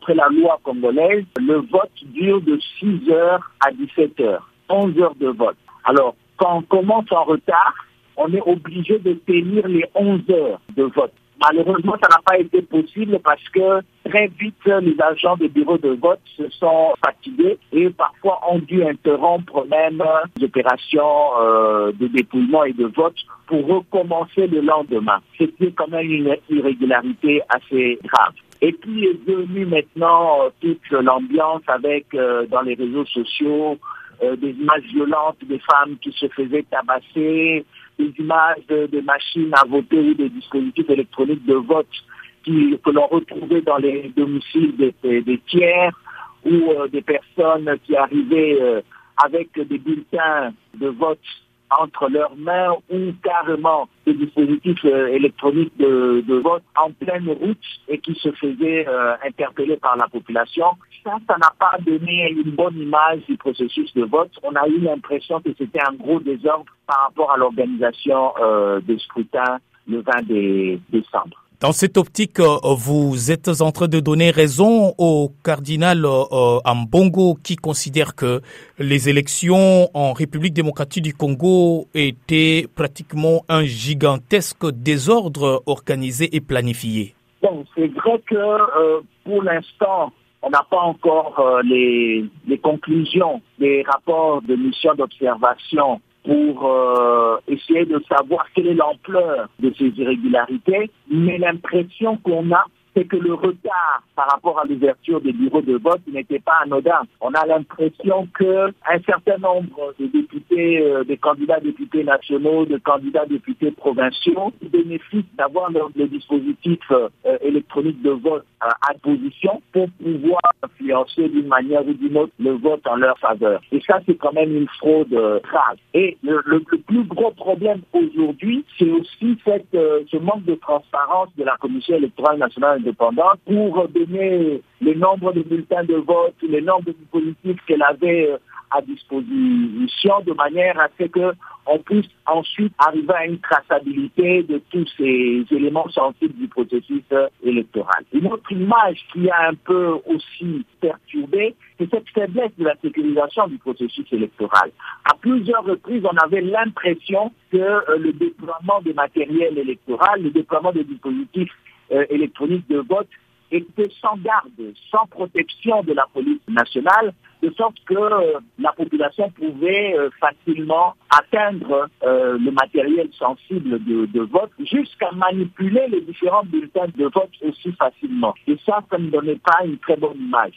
d'après la loi congolaise, le vote dure de 6 heures à 17 heures, 11 heures de vote. Alors, quand on commence en retard, on est obligé de tenir les 11 heures de vote. Malheureusement, ça n'a pas été possible parce que très vite, les agents des bureaux de vote se sont fatigués et parfois ont dû interrompre même les opérations de dépouillement et de vote pour recommencer le lendemain. C'était quand même une irrégularité assez grave. Et puis est venue maintenant toute l'ambiance avec, dans les réseaux sociaux, des images violentes des femmes qui se faisaient tabasser, des images de machines à voter ou des dispositifs électroniques de vote que l'on retrouvait dans les domiciles des tiers ou des personnes qui arrivaient avec des bulletins de vote entre leurs mains ou carrément des dispositifs électroniques de vote en pleine route et qui se faisaient interpeller par la population. Ça n'a pas donné une bonne image du processus de vote. On a eu l'impression que c'était un gros désordre par rapport à l'organisation des scrutins le 20 décembre. Dans cette optique, vous êtes en train de donner raison au cardinal Ambongo qui considère que les élections en République démocratique du Congo étaient pratiquement un gigantesque désordre organisé et planifié. Bon, c'est vrai que pour l'instant, on n'a pas encore les conclusions des rapports de mission d'observation pour essayer de savoir quelle est l'ampleur de ces irrégularités, mais l'impression qu'on a, c'est que le retard par rapport à l'ouverture des bureaux de vote n'était pas anodin. On a l'impression qu'un certain nombre de députés, des candidats députés nationaux, de candidats députés provinciaux bénéficient d'avoir le dispositif électronique de vote à position pour pouvoir influencer d'une manière ou d'une autre le vote en leur faveur. Et ça, c'est quand même une fraude grave. Et le plus gros problème aujourd'hui, c'est aussi ce manque de transparence de la Commission électorale nationale indépendante pour donner le nombre de bulletins de vote, le nombre de dispositifs qu'elle avait à disposition de manière à ce qu'on puisse ensuite arriver à une traçabilité de tous ces éléments sensibles du processus électoral. Une autre image qui a un peu aussi perturbé, c'est cette faiblesse de la sécurisation du processus électoral. À plusieurs reprises, on avait l'impression que le déploiement des matériels électoral, le déploiement des dispositifs électroniques de vote était sans garde, sans protection de la police nationale, de sorte que la population pouvait facilement atteindre le matériel sensible de vote jusqu'à manipuler les différents bulletins de vote aussi facilement. Et ça ne donnait pas une très bonne image.